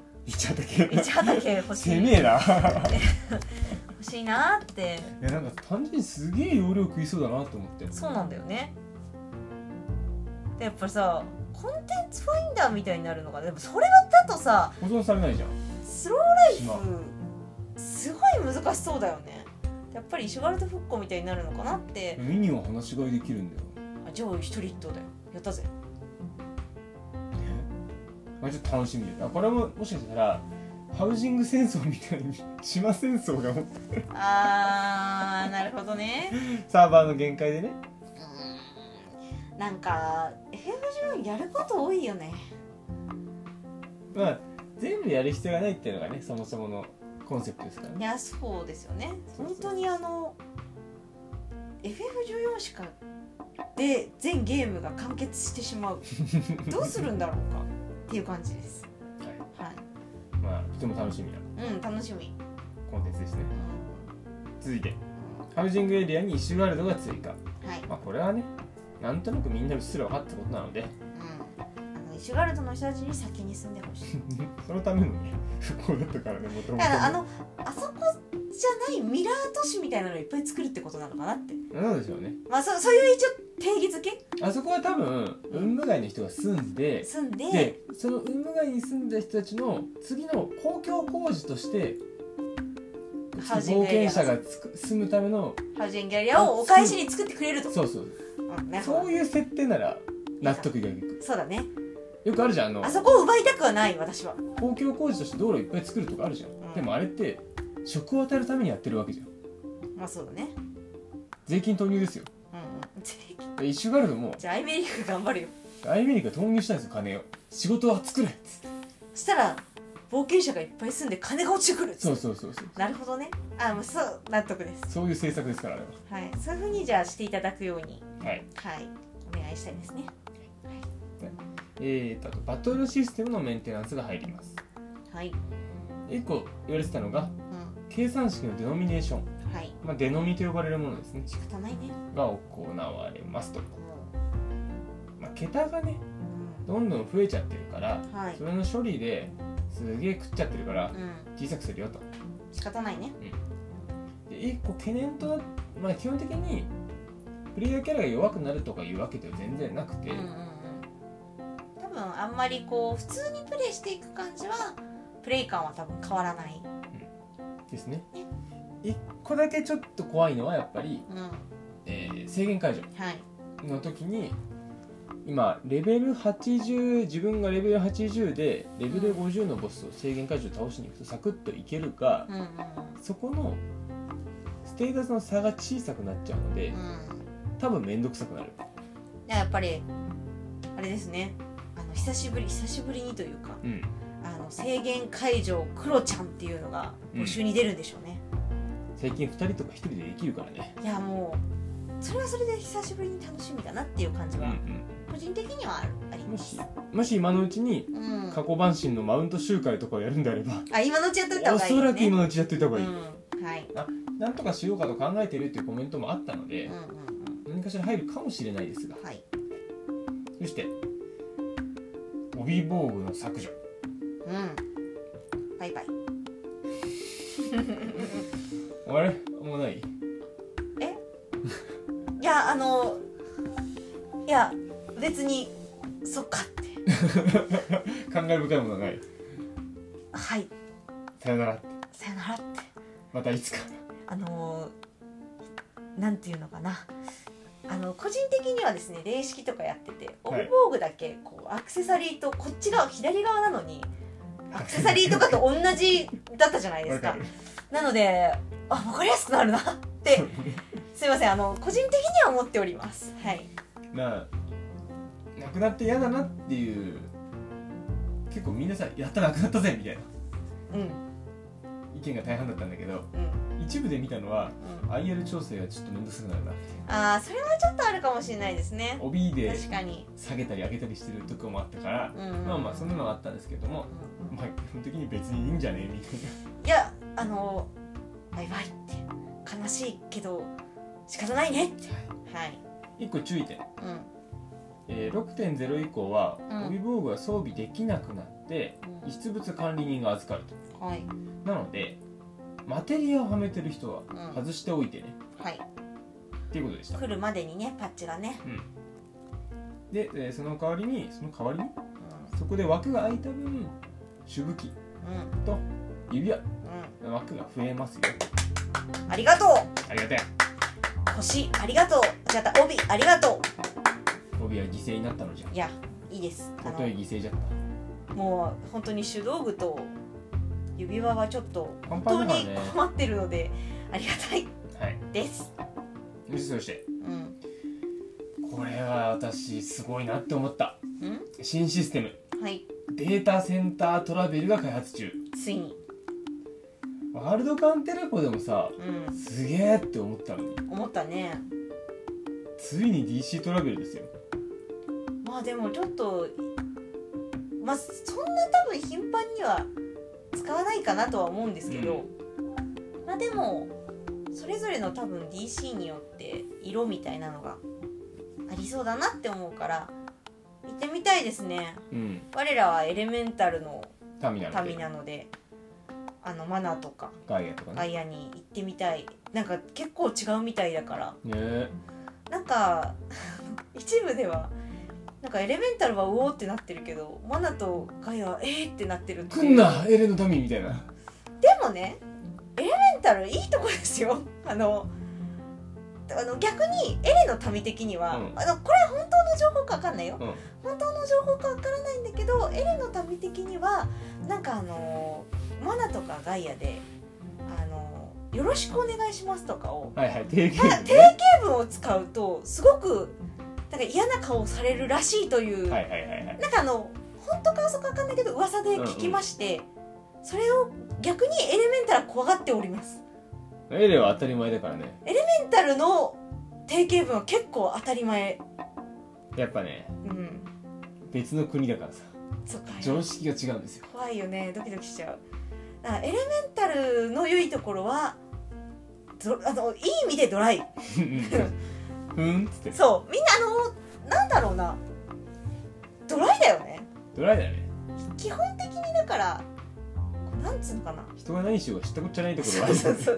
欲しい。 攻めえな欲しいなって。 いやなんか単純にすげえ容量食いそうだなと思って。 そうなんだよね。でやっぱりさ、コンテンツファインダーみたいになるのが、でもそれだとさ保存されないじゃん。 スローライフすごい難しそうだよね。やっぱりイシュガルド復興みたいになるのかなって。 ミニは話し飼いできるんだよ。 じゃあ一人一頭だよ。やったぜ。 まあちょっと楽しみだよ。これももしかしたらハウジング戦争みたいに島戦争が起きてる。 なるほどね。 サーバーの限界でね。 なんか FF14 やること多いよね。 まあ全部やる必要がないっていうのがね、そもそものコンセプトですからね。 いやそうですよね。本当にFF14 しかで全ゲームが完結してしまうどうするんだろうかっていう感じです。はい、はい、 まあとても楽しみな楽しみコンテンツですね。続いてハウジングエリアにイシュガルドが追加。まあこれはねなんとなくみんなうっすら分かったことなので、 イシュガルドの人たちに先に住んでほしいそのためのね復興だったからね、もともと。 あそこじゃないミラー都市みたいなのをいっぱい作るってことなのかなって。 そうですよね。 まあそういう一応定義づけ。 あそこは多分雲霧街の人が住んで、でその雲霧街に住んだ人たちの次の公共工事として冒険者が住むためのハウジングエリアをお返しに作ってくれると。 そう、そういう設定なら納得がいく。 そうだね。 よくあるじゃん、 あそこを奪いたくはない。私は公共工事として道路いっぱい作るとかあるじゃん、でもあれって職を与えるためにやってるわけじゃん。 まあそうだね。 税金投入ですよ。税金。イシュガルドもじゃあアイメリック頑張るよ。 アイメリックが投入したんですよ、金を。仕事は作れっつって。 そしたら冒険者がいっぱい住んで金が落ちてくるっつって。 そうなるほどね。もうそう納得です。 そういう政策ですから、あれは。 はい、そういうふうにじゃあしていただくようにはい、 お願いしたいですね。 あとバトルシステムのメンテナンスが入ります。 はい。 1個言われてたのが、計算式のデノミネーション、まあ、デノミと呼ばれるものですね。 仕方ないね。 が行われますと。まあ、桁がね、どんどん増えちゃってるから、それの処理ですげえ食っちゃってるから、小さくするよと。 仕方ないね。 で1個懸念と、まあ、基本的にプレイヤーキャラが弱くなるとかいうわけでは全然なくて、多分あんまりこう普通にプレイしていく感じはプレイ感は多分変わらない、 ですね。1個だけちょっと怖いのはやっぱり、制限解除の時に、今レベル80、自分がレベル80でレベル50のボスを制限解除で倒しに行くとサクッといけるが、そこのステータスの差が小さくなっちゃうので、多分めんどくさくなる。 やっぱりあれですね、久しぶりにというか、制限解除クロちゃんっていうのが募集に出るんでしょうね。 最近2人とか1人でできるからね。 いやもうそれはそれで久しぶりに楽しみだなっていう感じは個人的にはあります。 もし今のうちに過去番神のマウント周回とかをやるんであれば、 今のうちやっといた方がいいね。 おそらく今のうちやっといた方がいい。 なんとかしようかと考えてるっていうコメントもあったので、何かしら入るかもしれないですが、そしてお帯防具の削除。 バイバイ。 あれもうない？ いやいや別にそっかって感慨深いものはない？ はい、 さよならって。 さよならって。 またいつか。 なんていうのかな、個人的にはですね、礼式とかやってて帯防具だけこうアクセサリーとこっち側左側なのにアクセサリーとかと同じだったじゃないですか。なので分かりやすくなるなってすいません、個人的には思っております。はい。 なくなって嫌だなっていう、結構みんなさ、やったらなくなったぜみたいな、意見が大半だったんだけど、一部で見たのは、IR 調整がちょっと面倒くさくなるなって。 それはちょっとあるかもしれないですね。 帯で下げたり上げたりしてるとこもあったから、まあまあそんなのはあったんですけども、まあ基本的に別にいいんじゃねみたいな。 いやバイバイって悲しいけど仕方ないねって。はい。 1個注意点。6.0 以降は帯防具は装備できなくなって遺失物管理人が預かると。はい。なのでマテリアをはめてる人は外しておいてね。はい。っていうことでした。 来るまでにね、パッチがね。 で、その代わりにそこで枠が空いた分手武器と指輪、枠が増えますよ。 ありがとう。 ありがとう。 星ありがとう。帯ありがとう。帯は犠牲になったのじゃ。 いや、いいです。 たとえ犠牲じゃった。 もう本当に手道具と指輪はちょっと本当に困ってるのでありがたいです。 そして、これは私すごいなって思った。新システム、データセンタートラベルが開発中。 ついにワールドカンテレポでもさ、すげえって思ったのに。 思ったね。 ついに DC トラベルですよ。 まあでもちょっとそんな多分頻繁には使わないかなとは思うんですけど、まあでもそれぞれの多分 DC によって色みたいなのがありそうだなって思うから行ってみたいですね。我らはエレメンタルの民なので、マナとかガイアに行ってみたい。なんか結構違うみたいだからね。なんか一部ではなんかエレメンタルはうおーってなってるけど、マナとガイアはってなってるって。 来んなエレの民みたいな。 でもね、エレメンタルいいとこですよ。逆にエレの民的には、これは本当の情報か分かんないよ、本当の情報か分からないんだけど、エレの民的にはなんかマナとかガイアでよろしくお願いしますとかを、定型文を使うとすごくなんか嫌な顔をされるらしいという、なんか本当か嘘か分かんないけど噂で聞きまして、それを逆にエレメンタルは怖がっております。 エレは当たり前だからね。 エレメンタルの定型文は結構当たり前。 やっぱね、別の国だからさ、常識が違うんですよ。 怖いよね、ドキドキしちゃう。だからエレメンタルの良いところは、いい意味でドライ。 ふんっつって。 そう、みんななんだろうな、ドライだよね。 ドライだね。 基本的にだから。なんつうのかな、 人が何しようが知ったこっちゃないところはある。 そういう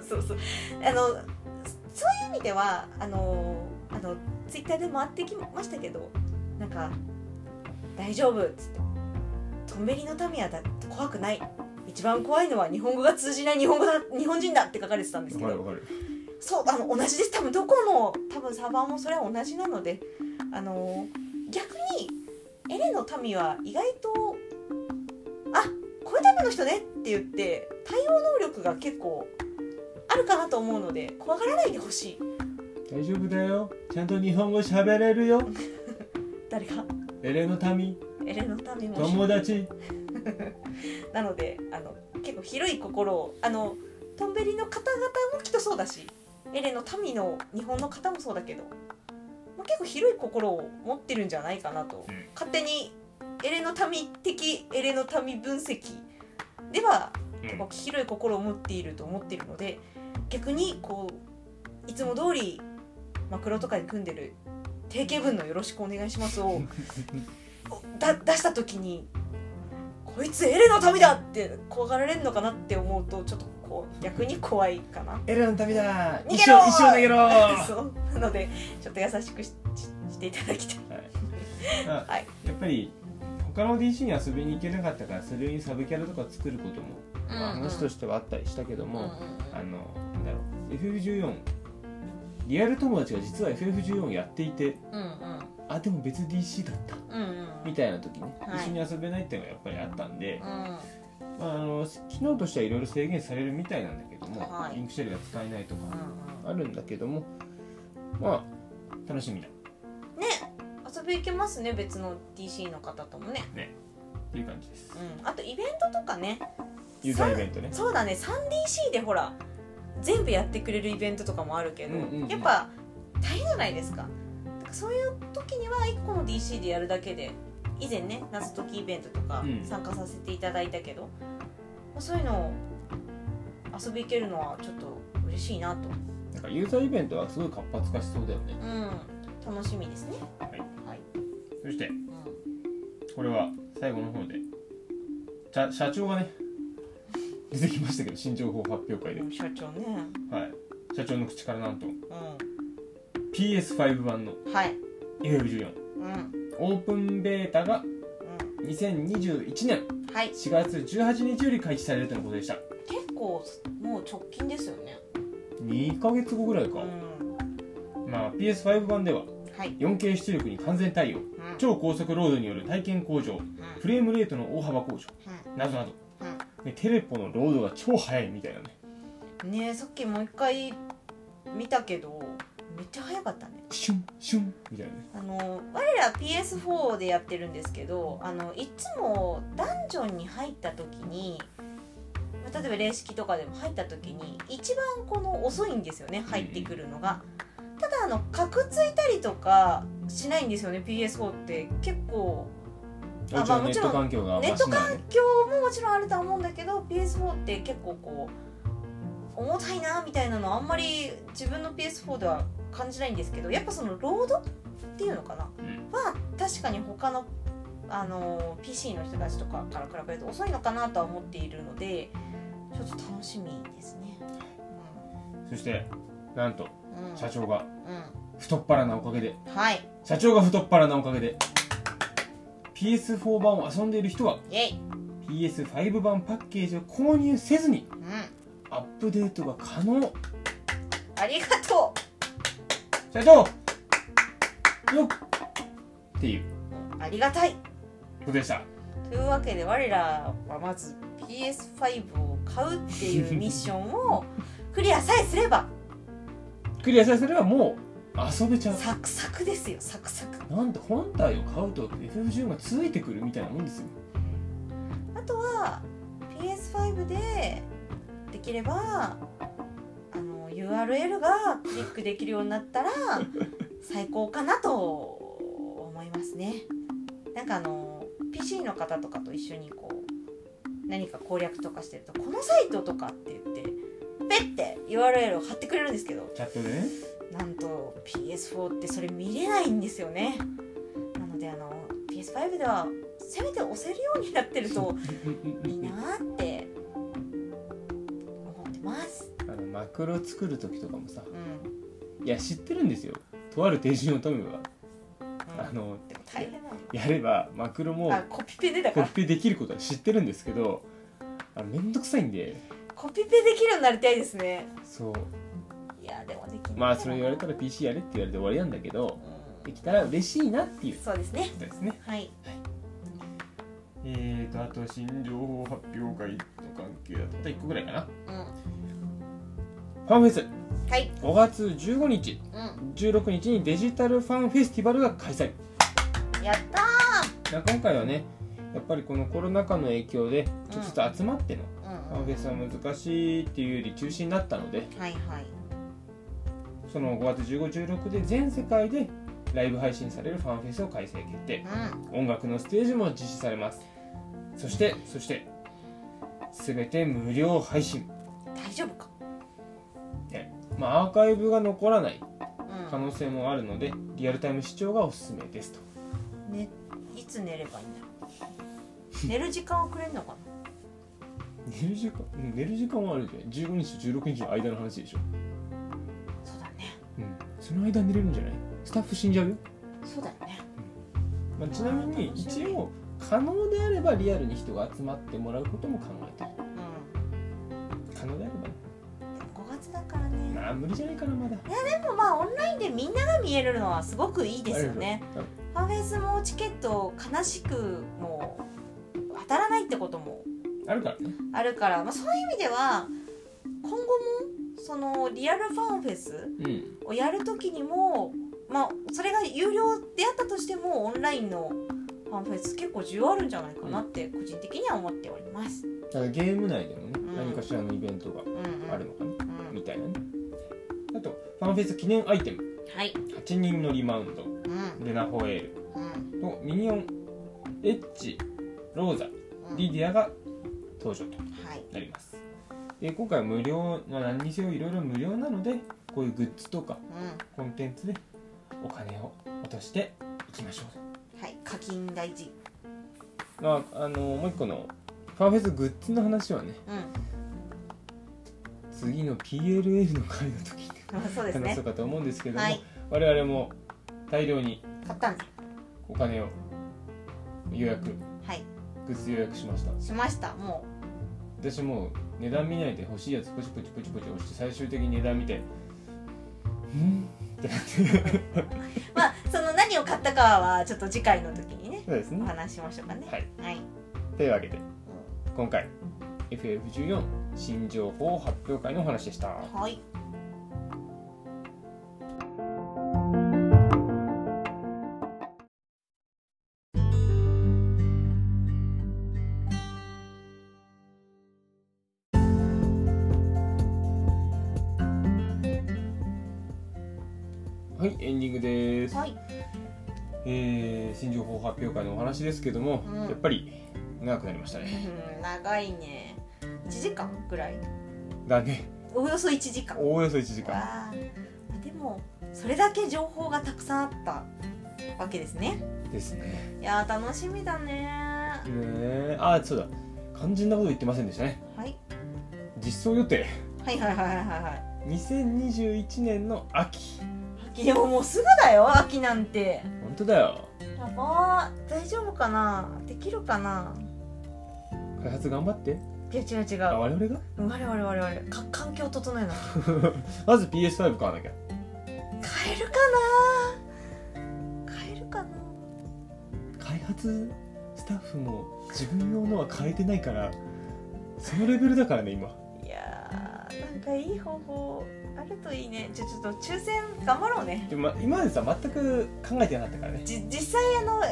意味ではツイッターで回ってきましたけど、なんか大丈夫っつって、トンベリの民は怖くない、一番怖いのは日本語が通じない日本人だって書かれてたんですけど、そう同じです。多分どこのサーバーもそれは同じなので、逆にエレの民は意外とこういうタイプの人ねって言って対応能力が結構あるかなと思うので、怖がらないでほしい。 大丈夫だよ、ちゃんと日本語喋れるよ。 誰が？ エレの民も友達なので結構広い心をトンベリの方々もきっとそうだし、エレの民の日本の方もそうだけど、結構広い心を持ってるんじゃないかなと、勝手にエレの民的エレの民分析では、広い心を持っていると思っているので、逆にいつも通りマクロとかに組んでる定型文のよろしくお願いしますを出した時にこいつエレの旅だって怖がられるのかなって思うとちょっとこう逆に怖いかな。 エレの旅だ、 逃げろー、 石を投げろーそうなのでちょっと優しくしていただきたい。 はいはい、やっぱり他の DC に遊びに行けなかったからそれにサブキャラとか作ることも、まあ、話としてはあったりしたけども、なんだろう FF14 リアル友達が実は FF14 をやっていて、あでも別 DC だった、みたいな時ね、一緒に遊べないっていうのがやっぱりあったんで、機能としてはいろいろ制限されるみたいなんだけども、リンクシェルが使えないとかあるんだけども、まあ楽しみだね。 遊び行けますね、別の DC の方ともね。 っていう感じです。 あとイベントとかね、 ユーザーイベントね。 そうだね、3DC でほら全部やってくれるイベントとかもあるけど、やっぱ大変じゃないですか。だからそういう時には1個の DC でやるだけで、以前ね謎解きイベントとか参加させていただいたけど、そういうのを遊び行けるのはちょっと嬉しいなと。 なんかユーザーイベントはすごい活発化しそうだよね。 楽しみですね。 そして、これは最後の方で社長がね出てきましたけど、新情報発表会で、 社長ね、 社長の口からなんと、PS5 版の FF14、オープンベータが2021年4月18日より開始されるとのことでした。 結構もう直近ですよね。 2ヶ月後ぐらいか。まあ PS5 版では4K 出力に完全対応、超高速ロードによる体験向上、フレームレートの大幅向上、などなど、テレポのロードが超速いみたいなね。さっきもう一回見たけどめっちゃ速かったね。 シュンシュンみたいなね。 我ら PS4 でやってるんですけど、いつもダンジョンに入った時に、例えば霊式とかでも入った時に一番この遅いんですよね、入ってくるのが。ただカクついたりとかしないんですよね、 PS4 って結構。 もちろんネット環境がネット環境ももちろんあるとは思うんだけど、 PS4 って結構こう重たいなみたいなのあんまり自分の PS4 では感じないんですけど、やっぱそのロードっていうのかな、は確かに他のPC の人たちとかから比べると遅いのかなとは思っているので、ちょっと楽しみですね。 そしてなんと社長が太っ腹なおかげで、社長が太っ腹なおかげで PS4 版を遊んでいる人は PS5 版パッケージを購入せずにアップデートが可能。 ありがとう社長よっっていうありがたいことでした。 というわけで我らはまず PS5 を買うっていうミッションをクリアさえすればもう遊べちゃう。サクサクですよ、サクサク。 なんで本体を買うと FF10 がついてくるみたいなもんですよ。 あとは PS5 でできればURL がクリックできるようになったら最高かなと思いますね。なんかPC の方とかと一緒にこう何か攻略とかしてると、このサイトとかって言ってペッて URL を貼ってくれるんですけど、 チャットでね、 なんと PS4 ってそれ見れないんですよね。なのでPS5 ではせめて押せるようになってるといいなって思ってます。 マクロ作る時とかもさ、いや知ってるんですよ、とある手順を止めば、 でも大変なのやればマクロもコピペでだからコピペできることは知ってるんですけど、めんどくさいんでコピペできるようになりたいですね。 そういやでもできない。 まあそれ言われたら PC やれって言われて終わりなんだけど、できたら嬉しいなっていうそうですね。 ことですね。 はい、 あと新情報発表会の関係だとあと1個ぐらいかな。ファンフェス、5月15日、16日にデジタルファンフェスティバルが開催。 やったー。今回はね、やっぱりこのコロナ禍の影響で直接集まってのファンフェスは難しいっていうより中止になったので、その5月15、16で全世界でライブ配信されるファンフェスを開催決定、音楽のステージも実施されます。そして全て無料配信。 大丈夫か、 アーカイブが残らない可能性もあるので、リアルタイム視聴がおすすめですと。 いつ寝ればいいんだろう。 寝る時間をくれるのかな。 寝る時間はあるじゃん。15日と16日の間の話でしょ。 そうだね。 その間寝れるんじゃない？スタッフ死んじゃうよ。 そうだよね。 ちなみに一応可能であればリアルに人が集まってもらうことも考えてる。可能であればね。 5月だからね。 無理じゃないかなまだ。 いやでもオンラインでみんなが見えるのはすごくいいですよね。ファンフェスもチケット悲しくも当たらないってこともあるからね。 そういう意味では今後もそのリアルファンフェスをやるときにも、それが有料であったとしてもオンラインのファンフェス結構需要あるんじゃないかなって個人的には思っております。 だからゲーム内でもね、何かしらのイベントがあるのかな、みたいなね。あとファンフェス記念アイテム、8人乗りマウンド、レナ・ホエール、とミニオンエッジ、ローザ、リディアが登場となります。で今回は無料、何にせよいろいろ無料なので、こういうグッズとかコンテンツでお金を落としていきましょう。 課金大事。 もう一個のファンフェスグッズの話はね、次の PLL の回の時に話そうかと思うんですけども、我々も大量に買ったんでお金を予約、グッズ予約しました。もう私もう値段見ないで欲しいやつポチポチ押して最終的に値段見てってなってその何を買ったかはちょっと次回の時にね、お話ししましょうかね。 というわけで今回 FF14 新情報発表会のお話でした。エンディングです。新情報発表会のお話ですけども、やっぱり長くなりましたね。 長いね。1時間ぐらいだね。 およそ1時間。でもそれだけ情報がたくさんあったわけですね。いや楽しみだね。 そうだ、肝心なこと言ってませんでしたね。実装予定。2021年の秋。 でももうすぐだよ、秋なんて。 本当だよ。 やばー、大丈夫かな、できるかな。 開発頑張って。 いや違う。 我々が？ 我々環境整えなまず PS5 買わなきゃ。 買えるかな。 開発スタッフも自分用のは買えてないから、そのレベルだからね今。 いやー、なんかいい方法あるといいね。ちょっと抽選頑張ろうね。 でも今までさ全く考えてなかったからね。 実際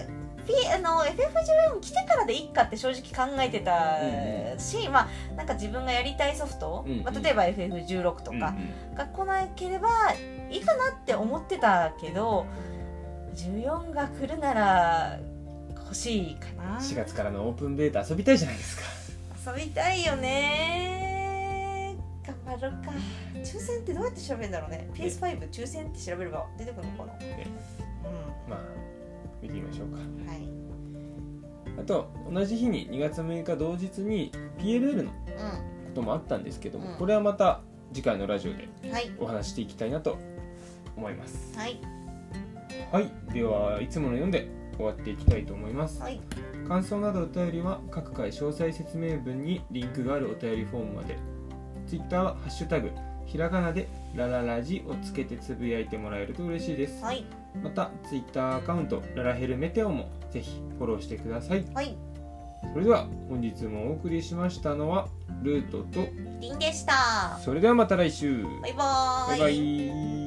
FF14 来てからでいいかって正直考えてたし、なんか自分がやりたいソフト、例えば FF16 とかが来なければいいかなって思ってたけど、14が来るなら欲しいかな。 4月からのオープンベータ遊びたいじゃないですか。 遊びたいよね。頑張るか。抽選ってどうやって調べるんだろうね。 PS5 抽選って調べれば出てくるのかな。 見てみましょうか。あと同じ日に2月6日同日に PLL のこともあったんですけども、これはまた次回のラジオでお話していきたいなと思います。ではいつもの読んで終わっていきたいと思います。感想などお便りは各回詳細説明文にリンクがあるお便りフォームまで。 Twitter はハッシュタグひらがなでラララジをつけてつぶやいてもらえると嬉しいです。また Twitter アカウントララヘルメテオもぜひフォローしてください。それでは本日もお送りしましたのはルートとリンでした。 それではまた来週。 バイバーイ。